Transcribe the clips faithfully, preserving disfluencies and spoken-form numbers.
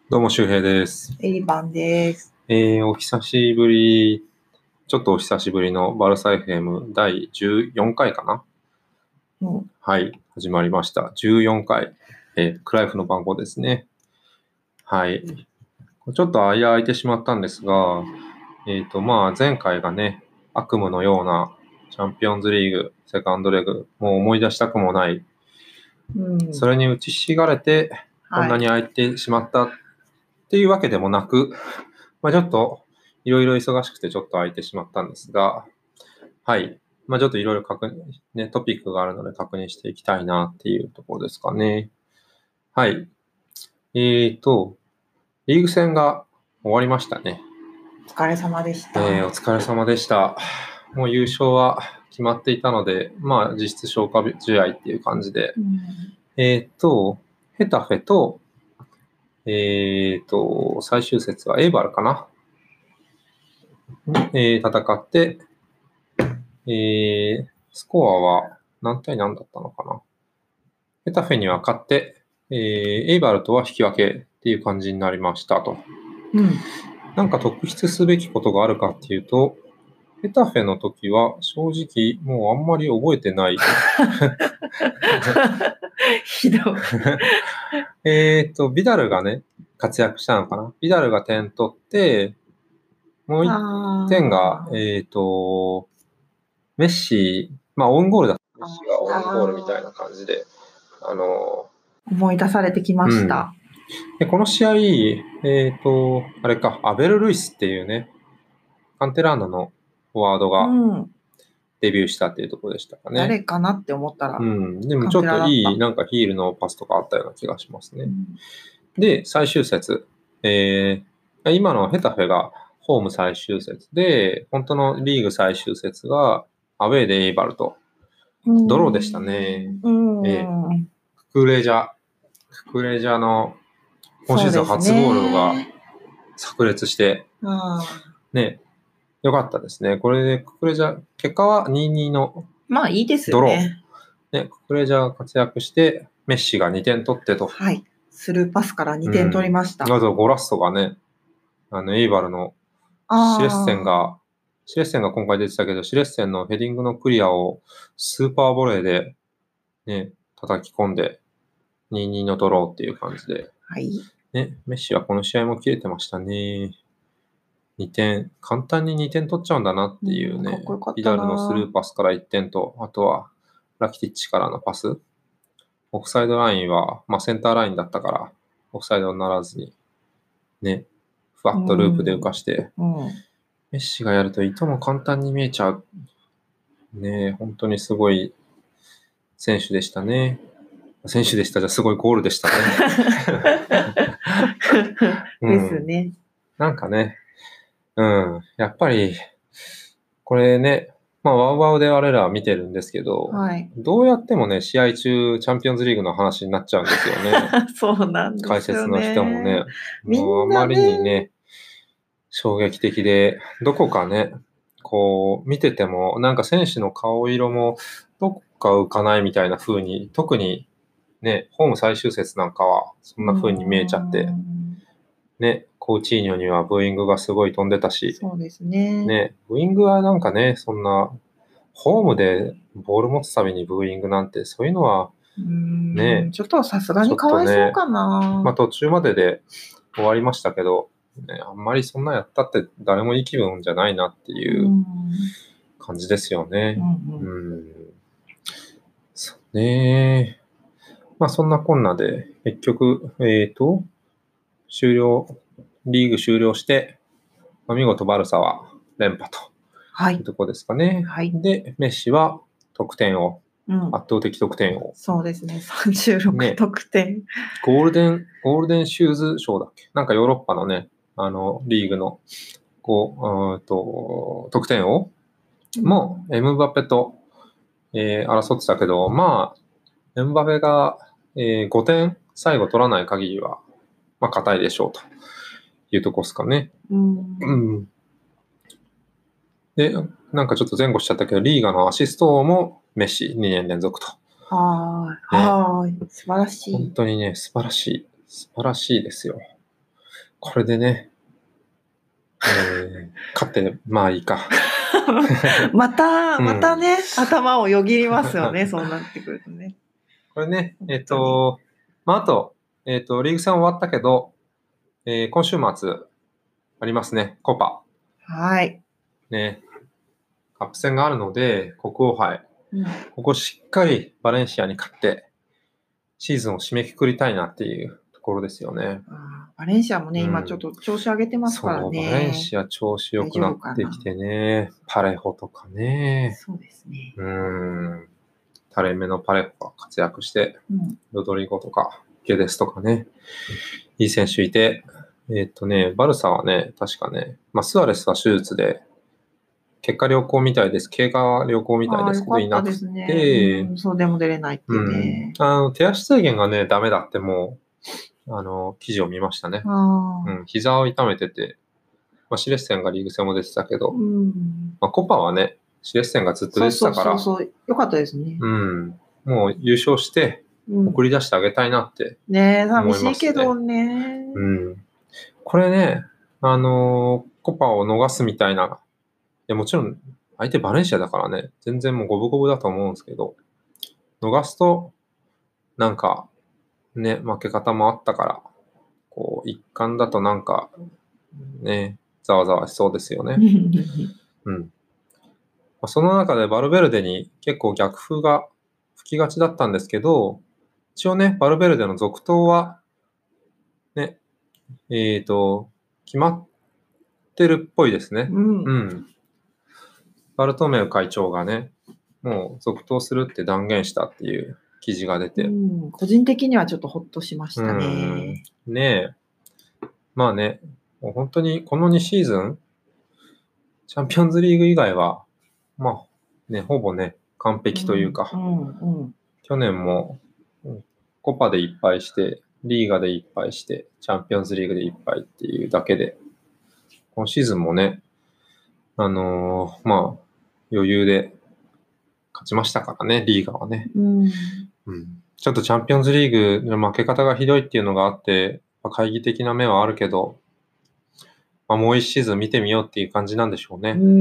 どうも周平です。 エリバンです。 えー、お久しぶり、ちょっとお久しぶりのバルサ エフエムだいじゅうよんかいかな、 うん、 はい、始まりました。じゅうよんかい、えー、クライフの番号ですね。はい。ちょっと間空いてしまったんですが、えっと、まあ前回がね、悪夢のようなチャンピオンズリーグ、セカンドレグ、もう思い出したくもない、 うん、 それに打ちひしがれて、こんなに空いてしまったっていうわけでもなく、まあちょっといろいろ忙しくてちょっと空いてしまったんですが、はい。まあちょっといろいろ確認、ね、トピックがあるので確認していきたいなっていうところですかね。はい。えーと、リーグ戦が終わりましたね。 お疲れ様でした。 えー、お疲れ様でした。もう優勝は決まっていたので、まあ実質消化試合っていう感じで、 うん、 えーと、ヘタフェと、えーと、最終節はエイバルかな、えー、戦って、えー、スコアは何対何だったのかな。ヘタフェには勝って、えー、エイバルとは引き分けっていう感じになりましたと。 うん、 なんか特筆すべきことがあるかっていうと、ヘタフェの時は正直もうあんまり覚えてない。 ひどい。 えっと、ビダルがね、活躍したのかな。ビダルが点取って、もういってんが、えっと、メッシ、まあオウンゴールだ。メッシがオウンゴールみたいな感じで、あの、 思い出されてきました。 うん、でこの試合、えっと、あれか、アベル・ルイスっていうね、カンテラーナのフォワードがデビューしたっていうところでしたかね。 誰かなって思ったら、 うん、でもちょっといい、なんかヒールのパスとかあったような気がしますね。うん、で、最終節、えー、今のヘタフェがホーム最終節で、本当のリーグ最終節がアウェーでエイバルと、ドローでしたね。うん、えー、ククレジャ、ククレジャの今シーズン初ゴールが炸裂して、ね、よかったですね。これでククレジャ、結果はにたいにのまあいいですよね。 ね、ククレジャが活躍して、メッシがにてん取ってと。 はい。スルーパスからにてん取りました。 うん、あとゴラッソがね、あの、エイバルのシレッセンが、シレッセンが今回出てたけど、シレッセンのヘディングのクリアをスーパーボレーでね、叩き込んで、にたいにのドローっていう感じで。 はい。 ね、メッシはこの試合も切れてましたね。にてん、簡単ににてん取っちゃうんだなっていうね、ビダルのスルーパスからいってんと、あとはラキティッチからのパス。オフサイドラインは、まあ、センターラインだったから、オフサイドにならずに、ね、ふわっとループで浮かして、うんうん、メッシがやるといとも簡単に見えちゃう。ね、本当にすごい選手でしたね。選手でしたじゃすごいゴールでしたね。ですね、うん。なんかね、うん、やっぱり、これね、まあ、ワウワウで我らは見てるんですけど、はい、どうやってもね、試合中、チャンピオンズリーグの話になっちゃうんですよね。 そうなんですよね。 解説の人もね、もうあまりにね、衝撃的で、どこかね、こう、見てても、なんか選手の顔色も、どこか浮かないみたいな風に、特にね、ホーム最終節なんかは、そんな風に見えちゃって、ね、コーチーニョにはブーイングがすごい飛んでたし、 そうですね。 ね、ブーイングはなんかね、そんな、ホームでボール持つたびにブーイングなんて、そういうのは、ね、 ちょっとさすがにかわいそうかな。 ね、まあ途中までで終わりましたけど、ね、あんまりそんなやったって誰もいい気分じゃないなっていう感じですよね。うんうんうん、そうね。まあそんなこんなで、結局、えっと、終了、リーグ終了して、まあ、見事バルサは連覇というところですかね。はい、で、メッシは得点を、うん、圧倒的得点を。 そうですね、さんじゅうろく得点、ね。 ゴールデン、ゴールデンシューズ賞だっけ、なんかヨーロッパのね、あの、リーグの、こう、うんと、得点王も、エムバペと、えー、争ってたけど、まあ、エムバペが、えー、ごてん最後取らない限りは、まあ、硬いでしょうというとこですかね。うん、うん。で、なんかちょっと前後しちゃったけど、リーガのアシストもメッシにねん連続と。 はい。はい。素晴らしい。 本当にね、素晴らしい。素晴らしいですよ。 これでね、えー、勝って、まあいいか。 また、またね、うん、頭をよぎりますよね、そうなってくるとね。 これね、えっ、ー、と、まああと、えっ、ー、と、リーグ戦終わったけど、えー、今週末ありますね、コパ。 はい。 ね、カップ戦があるので、国王杯。うん、ここしっかりバレンシアに勝って、シーズンを締めくくりたいなっていうところですよね。 あバレンシアもね、うん、今ちょっと調子上げてますからね。 そう、バレンシア調子良くなってきてね。パレホとかね。 そうですね。 うん。タレ目のパレホが活躍して、うん、ロドリゴとか、ゲデスとかね。いい選手いて、えー、っとね、バルサはね、確かね、まあ、スアレスは手術で、結果良好みたいです。経過は良好みたいですけど、いなくて、 ねうん、そうでも出れないっていうね。 うん、あの手足制限がね、ダメだってもう、あの、記事を見ましたね。うん、膝を痛めてて、まあ、シレッセンがリーグ戦も出てたけど、うんまあ、コパはね、シレッセンがずっと出てたから、 そうそうそうそう、よかったですね。 うん、もう優勝して、送り出してあげたいなって思いますね。 ねえ、寂しいけどね。 うん。これね、あのー、コパを逃すみたいな、いやもちろん相手バレンシアだからね、全然もう五分五分だと思うんですけど、逃すと、なんか、ね、負け方もあったから、こう、一貫だとなんか、ね、ざわざわしそうですよね。うん。まあ、その中でバルベルデに結構逆風が吹きがちだったんですけど、一応ね、バルベルデの続投は、ね、えっと、決まってるっぽいですね。うん。うん、バルトメウ会長がね、もう続投するって断言したっていう記事が出て。 うん、個人的にはちょっとほっとしましたね。 うんねえ。まあね、もう本当にこのにシーズン、チャンピオンズリーグ以外は、まあね、ほぼね、完璧というか、 うんうんうん、 去年もコパでいっぱいして、リーガでいっぱいして、チャンピオンズリーグでいっぱいっていうだけで、今シーズンもね、あのー、まあ、余裕で勝ちましたからね、リーガはね、うんうん。ちょっとチャンピオンズリーグの負け方がひどいっていうのがあって、懐疑的な目はあるけど、まあ、もう一シーズン見てみようっていう感じなんでしょうね。 うん、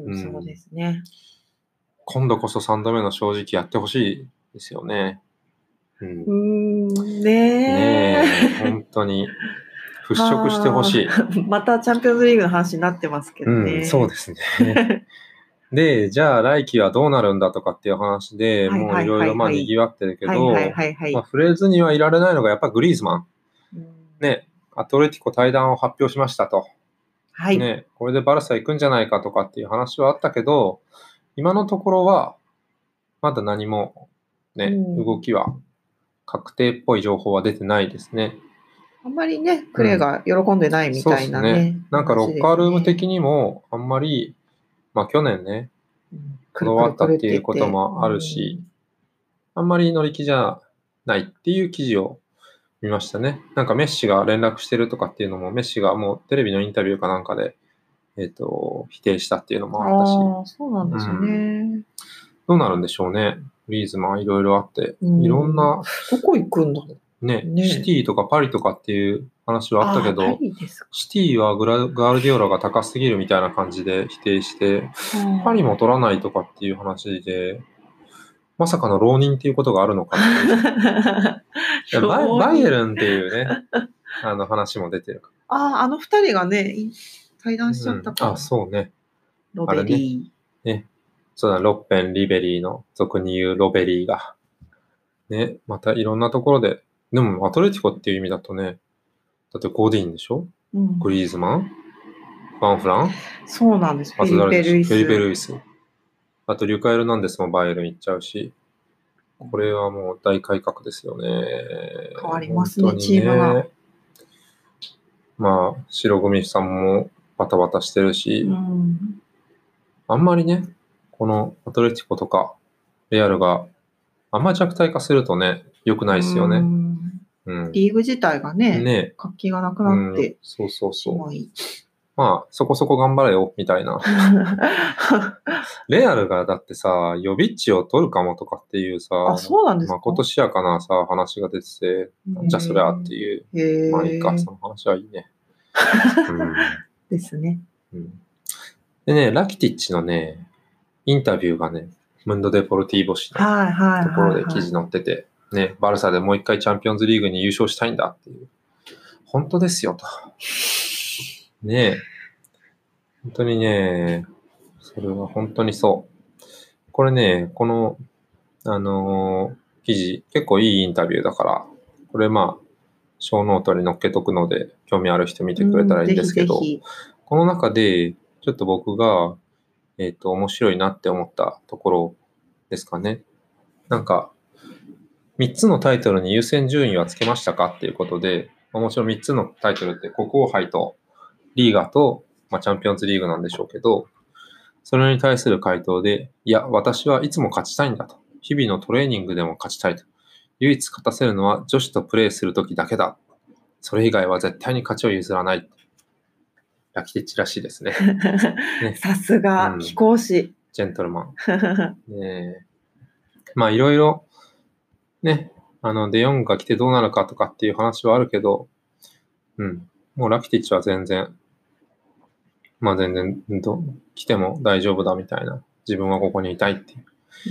うん、そうですね。 今度こそさんどめの正直やってほしいですよね。 うん、うんねえ。 ねえ、本当に。払拭してほしい。またチャンピオンズリーグの話になってますけどね。 うん、そうですね。で、じゃあ来季はどうなるんだとかっていう話で、もういろいろまあ賑わってるけど、触れずにはいられないのがやっぱグリーズマン。うん、ね、アトレティコ退団を発表しましたと。はい。ね、これでバルサ行くんじゃないかとかっていう話はあったけど、今のところは、まだ何もね、うん、動きは確定っぽい情報は出てないですね。 あんまりね、クレイが喜んでないみたいなね。うん、そうですね。 なんかロッカールーム的にもあんまり、まあ去年ね、こだわったっていうこともあるし、あんまり乗り気じゃないっていう記事を見ましたね。なんかメッシが連絡してるとかっていうのも、メッシがもうテレビのインタビューかなんかで、えっと、否定したっていうのもあったし。 ああ、そうなんですね、うん。 どうなるんでしょうね。グリーズマンいろいろあって、いろんな。 どこ行くんだろう。 ね、ね、シティとかパリとかっていう話はあったけど、シティはグラガールディオラが高すぎるみたいな感じで否定して、パリも取らないとかっていう話で、まさかの浪人っていうことがあるのかっていうバイ。バイエルンっていうね、あの話も出てるから。ああ、あの二人がね、対談しちゃったから、うん。あ、そうね。 ロベリー。ね。ね。そうだ、ロッペン、リベリーの俗に言うロベリーが。ね、またいろんなところで、でもアトレティコっていう意味だとね、だってゴディンでしょ、うん、グリーズマンファンフランそうなんです。フェリペ・ルイス。 フェリペ・ルイス。あとリュカエル・ナンデスもバイエルン行っちゃうし、これはもう大改革ですよね。 変わりますね、ねチームが。 まあ、白組さんもバタバタしてるし、うん、あんまりね、このアトレティコとかレアルがあんまり弱体化するとね、良くないですよね。うんうん、リーグ自体がね、 ね活気がなくなって、うん、 そうそうそう。まあ、そこそこ頑張れよ、みたいな。レアルがだってさ、ヨビッチを取るかもとかっていうさ、 あ、そうなんですか。 まあ、今年やかなさ、話が出てて、なんじゃそりゃっていう。まあいいか、その話はいいね。 うん、 ですね、 うん。でね、ラキティッチのね、インタビューがね、ムンド・デポルティーボ紙のところで記事載ってて、ね、バルサでもう一回チャンピオンズリーグに優勝したいんだっていう。本当ですよと。ねえ。本当にね、それは本当にそう。これね、この、あのー、記事、結構いいインタビューだから、これまあ、小ノートに載っけとくので、興味ある人見てくれたらいいんですけど、ぜひぜひこの中で、ちょっと僕が、えっと、面白いなって思ったところですかね。なんか、みっつのタイトルに優先順位はつけましたかっていうことで、もちろんみっつのタイトルって国王杯とリーガと、まあ、チャンピオンズリーグなんでしょうけど、それに対する回答で、いや、私はいつも勝ちたいんだと。日々のトレーニングでも勝ちたいと。唯一勝たせるのは女子とプレーするときだけだ。それ以外は絶対に勝ちを譲らない。ラキティッチらしいですね。 ねさすが、貴公子。 ジェントルマン。ね、まあいろいろ、ね、あの、デヨングが来てどうなるかとかっていう話はあるけど、うん、もうラキティッチは全然、まあ全然ど、来ても大丈夫だみたいな、自分はここにいたいっていう。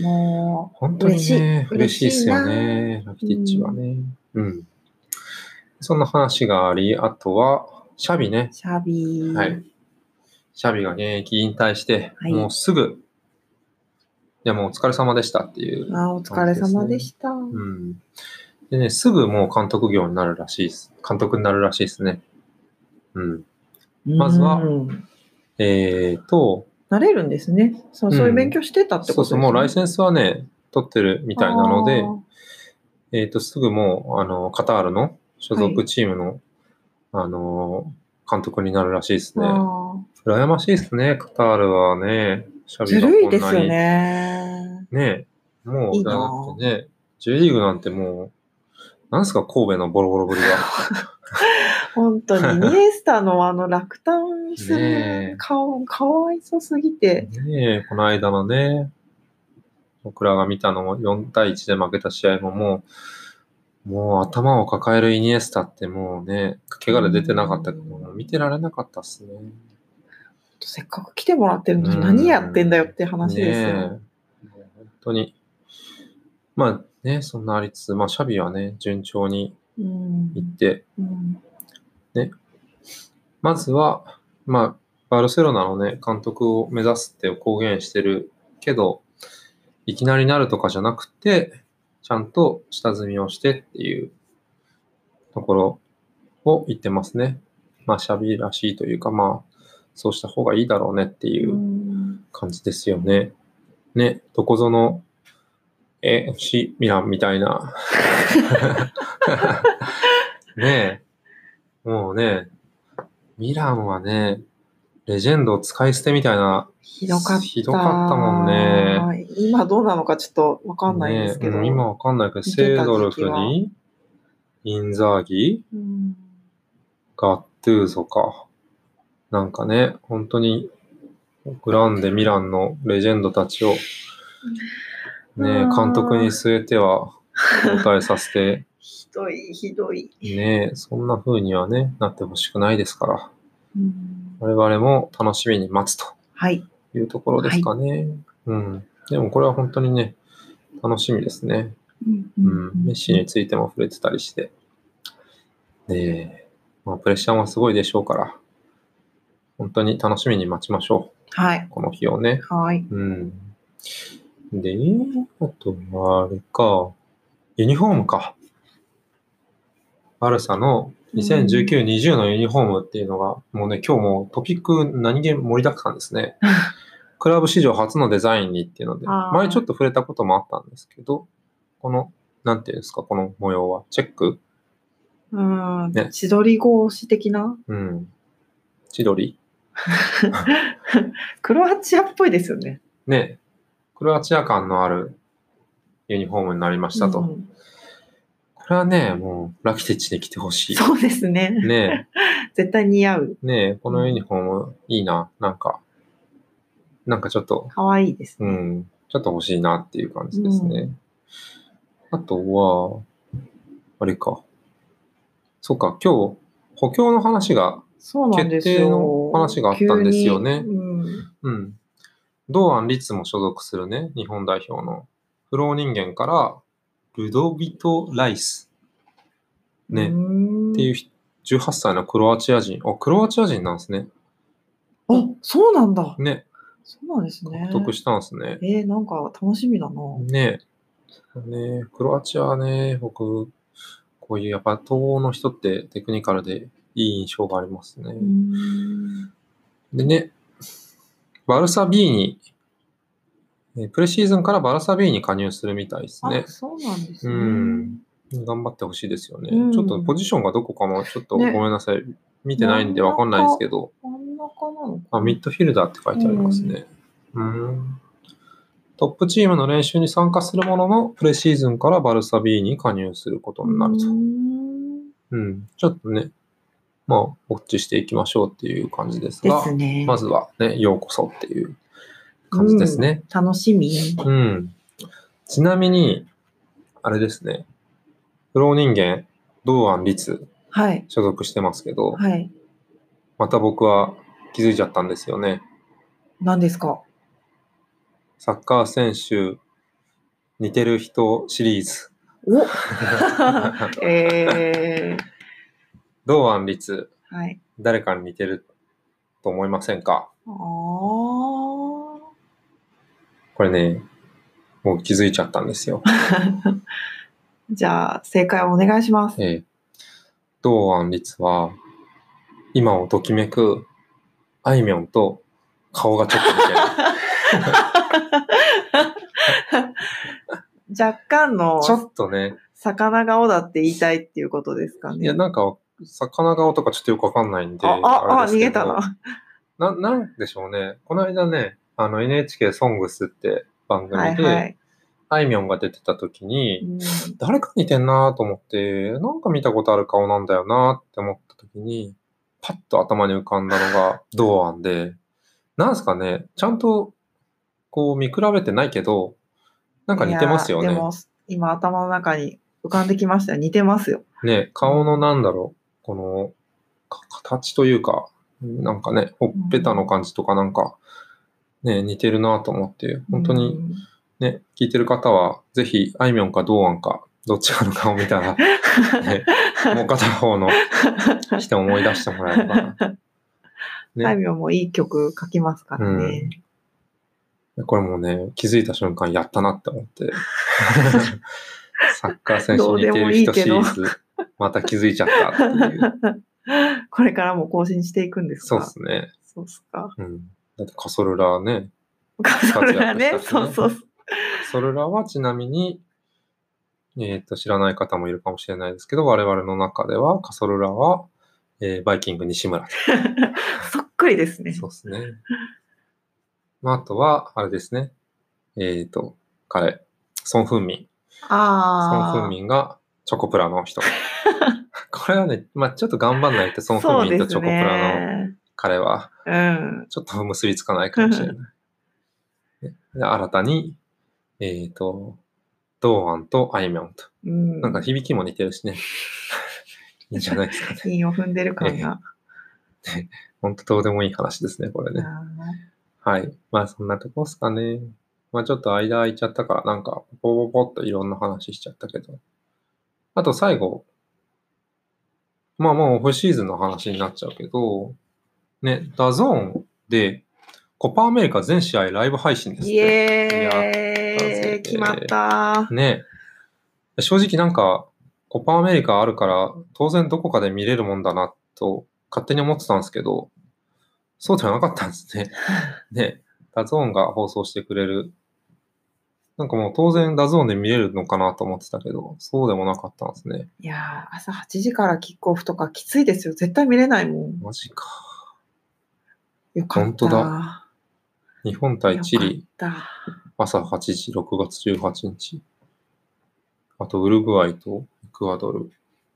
もう、 本当にね、嬉しいですよね、ラキティッチはね。うん、うん。そんな話があり、あとは、シャビね。 シャビ。 はい。シャビが現役引退して、はい、もうすぐ、いやもうお疲れ様でしたっていう、 ね。あ、お疲れ様でした。うん。でね、すぐもう監督業になるらしいです。監督になるらしいですね。うん。まずは、えっ、ー、と、 なれるんですね。そう、そういう勉強してたってことですね。 そうそう、もうライセンスはね、取ってるみたいなので、えっ、ー、と、すぐもう、あの、カタールの所属チームの、はい、あの、監督になるらしいですね。羨ましいですね、カタールはね。 シャビがこんなに。ずるいですよね。 ねもう、いいだってね、J リーグなんてもう、なんすか、神戸のボロボロぶりが。 本当に、イニエスタのあの落胆する顔、かわいそすぎて。 ねえ、この間のね、僕らが見たのもよんたいいちで負けた試合ももう、もう頭を抱えるイニエスタってもうね、怪我で出てなかったけど、もう見てられなかったっすね。 せっかく来てもらってるのに何やってんだよって話ですよ。 ねえ、本当に。まあね、そんなありつつ、まあシャビはね、順調にいって、うんうんね、まずは、まあ、バルセロナのね、監督を目指すって公言してるけど、いきなりなるとかじゃなくて、ちゃんと下積みをしてっていうところを言ってますね。まあ、シャビらしいというか、まあ、そうした方がいいだろうねっていう感じですよね。ね、どこぞの、え、シミランみたいな。ねえ、もうね、ミランはね、レジェンドを使い捨てみたいな、 ひどかった。 ひどかったもんね。 今どうなのかちょっとわかんないんですけど。 ね、うん、今わかんないけど、セードルフに、インザーギ、うん、ガットゥーゾか。なんかね、本当に、グランデ、ミランのレジェンドたちを、ね、監督に据えては、交代させて。 ひどい、ひどい。 ね、そんな風にはね、なってほしくないですから。うん、我々も楽しみに待つというところですかね。はい、うん。でもこれは本当にね、楽しみですね。うんうんうんうん、メッシについても触れてたりして。で、まあ、プレッシャーもすごいでしょうから、本当に楽しみに待ちましょう。 はい。 この日をね。 はい。 うん。で、あとは、あれか、ユニフォームか。バルサのにせんじゅうきゅうにじゅうのユニフォームっていうのが、もうね、今日もトピック何気盛りだくさんですね。クラブ史上初のデザインにっていうので、前ちょっと触れたこともあったんですけど、この、なんていうんですか、この模様は、チェックうん、ね、千鳥格子的なうん。千鳥クロアチアっぽいですよね。 ね、クロアチア感のあるユニフォームになりましたと。うん、これはね、もう、ラキティッチに来てほしい。 そうですね。 ね絶対似合う。 ねこのユニフォームいいな。なんか、なんかちょっと。 かわいいですね。うん。ちょっと欲しいなっていう感じですね。うん、あとは、あれか。そうか、今日、補強の話がそうなんですよ。 決定の話があったんですよね。 うん。 うん。堂安律も所属するね、日本代表のフロー人間から、ルドビト・ライス。ね。っていうじゅうはっさいのクロアチア人。あ、クロアチア人なんですね。 あ、そうなんだ。 ね。 そうなんですね。 獲得したんですね。 えー、なんか楽しみだな。 ねねクロアチアはね、僕、こういうやっぱ東欧の人ってテクニカルでいい印象がありますね。でね、バルサ B に、プレシーズンからバルサ B に加入するみたいですね。 あ、そうなんですね。 うん。頑張ってほしいですよね、うん。ちょっとポジションがどこかもちょっとごめんなさい。ね、見てないんでわかんないですけど。 真ん中なのかあ、ミッドフィルダーって書いてありますね。うん、うんトップチームの練習に参加するものの、プレシーズンからバルサ B に加入することになると。うん、うん。ちょっとね、まあ、ウォッチしていきましょうっていう感じですが、 ですね、 まずはね、ようこそっていう感じですね。 うん、楽しみ。 うん。ちなみに、あれですね、フロー人間、堂安律、はい、所属してますけど、はい、また僕は気づいちゃったんですよね。 何ですか？ サッカー選手、似てる人シリーズ。 おえー、 堂安律、 はい、 誰かに似てると思いませんか？あこれね、もう気づいちゃったんですよ。 じゃあ、正解をお願いします。 ええ、堂安律は、今をときめく、あいみょんと顔がちょっと似てる。 若干の、 ちょっとね、 魚顔だって言いたいっていうことですかね。 いや、なんか、魚顔とかちょっとよくわかんないんで、 あ、あ、あ、逃げたな。な、なんでしょうね。この間ね、あの エヌエイチケー ソングスって番組で、はいはい、あいみょんが出てた時に、うん、誰か似てんなと思って、なんか見たことある顔なんだよなって思った時に、パッと頭に浮かんだのが堂安で、なんすかね、ちゃんとこう見比べてないけど、なんか似てますよね。 でも、今頭の中に浮かんできました。似てますよ。 ね、顔のなんだろう、この、形というか、なんかね、ほっぺたの感じとかなんか、ね、似てるなと思って、本当にね、聞いてる方は、ぜひ、あいみょんか堂安か、どっちかの顔見たら、ね、もう片方のして思い出してもらえればな。 ね、あいみょんもいい曲書きますからね。 うん、これもね、気づいた瞬間やったなって思って。サッカー選手に似てる人シリーズ、また気づいちゃったっていう。 これからも更新していくんですか？ そうですね。 そうっすか。 うん。だってカソルラね。 カソルラね。そうそう。 カソルラはちなみに、えっと、知らない方もいるかもしれないですけど、我々の中ではカソルラは、えー、バイキング西村。 そっくりですね。 そうですね。まあ、あとは、あれですね。えっと、彼、ソン・フンミン。ああ。ソン・フンミンがチョコプラの人。これはね、まあちょっと頑張んないと、ソン・フンミンとチョコプラの彼は、ちょっと結びつかないかもしれない。で新たに、えっと、堂安とあいみょんと。うん、なんか響きも似てるしね。いいんじゃないですかね。 韻を踏んでる感が。 本当どうでもいい話ですね、これね。はい。まあそんなとこですかね。まあちょっと間空いちゃったから、なんか、ポポポッといろんな話しちゃったけど。あと最後、まあもうオフシーズンの話になっちゃうけど、ね、ダゾーンで、コパアメリカ全試合ライブ配信ですって。 イエーイ、決まった。 ね。正直なんか、コパアメリカあるから、当然どこかで見れるもんだなと、勝手に思ってたんですけど、そうではなかったんですね。ね。ダゾーンが放送してくれる。なんかもう当然ダゾーンで見れるのかなと思ってたけど、そうでもなかったんですね。 いやー、朝はちじからキックオフとかきついですよ。絶対見れないもん。 マジか。 よかった。 本当だ。日本対チリ。朝はちじ、ろくがつじゅうはちにち。あと、ウルグアイとエクアドル。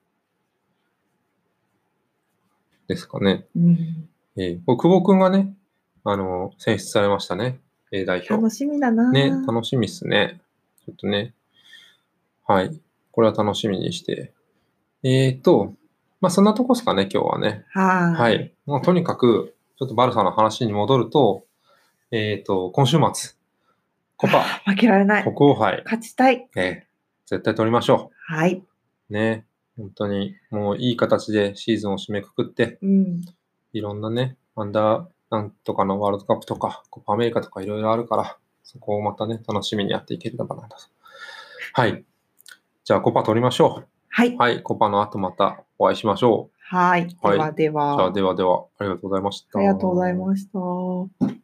ですかね。うんえー、久保くんがね、あの、選出されましたね。A 代表。 楽しみだな。 ね、楽しみっすね。ちょっとね。はい。これは楽しみにして。えーと、 まあそんなとこですかね、今日はね。 はい。 はい。まあ、とにかく、ちょっとバルサの話に戻ると、えっ、と、今週末、コパ、 負けられない。 国王杯、 勝ちたい。 えー絶対取りましょはい。 う。ね。本当に、もういい形でシーズンを締めくくって、 うん。 いろんなね、アンダーなんとかのワールドカップとか、コパアメリカとかいろいろあるから、そこをまたね、楽しみにやっていければなと。はい。じゃあ、コパ取りましょう。 はい。 はい。コパの後またお会いしましょはい。 う。はい。 ではでは。 じゃあ、ではでは、ありがとうございました。 ありがとうございました。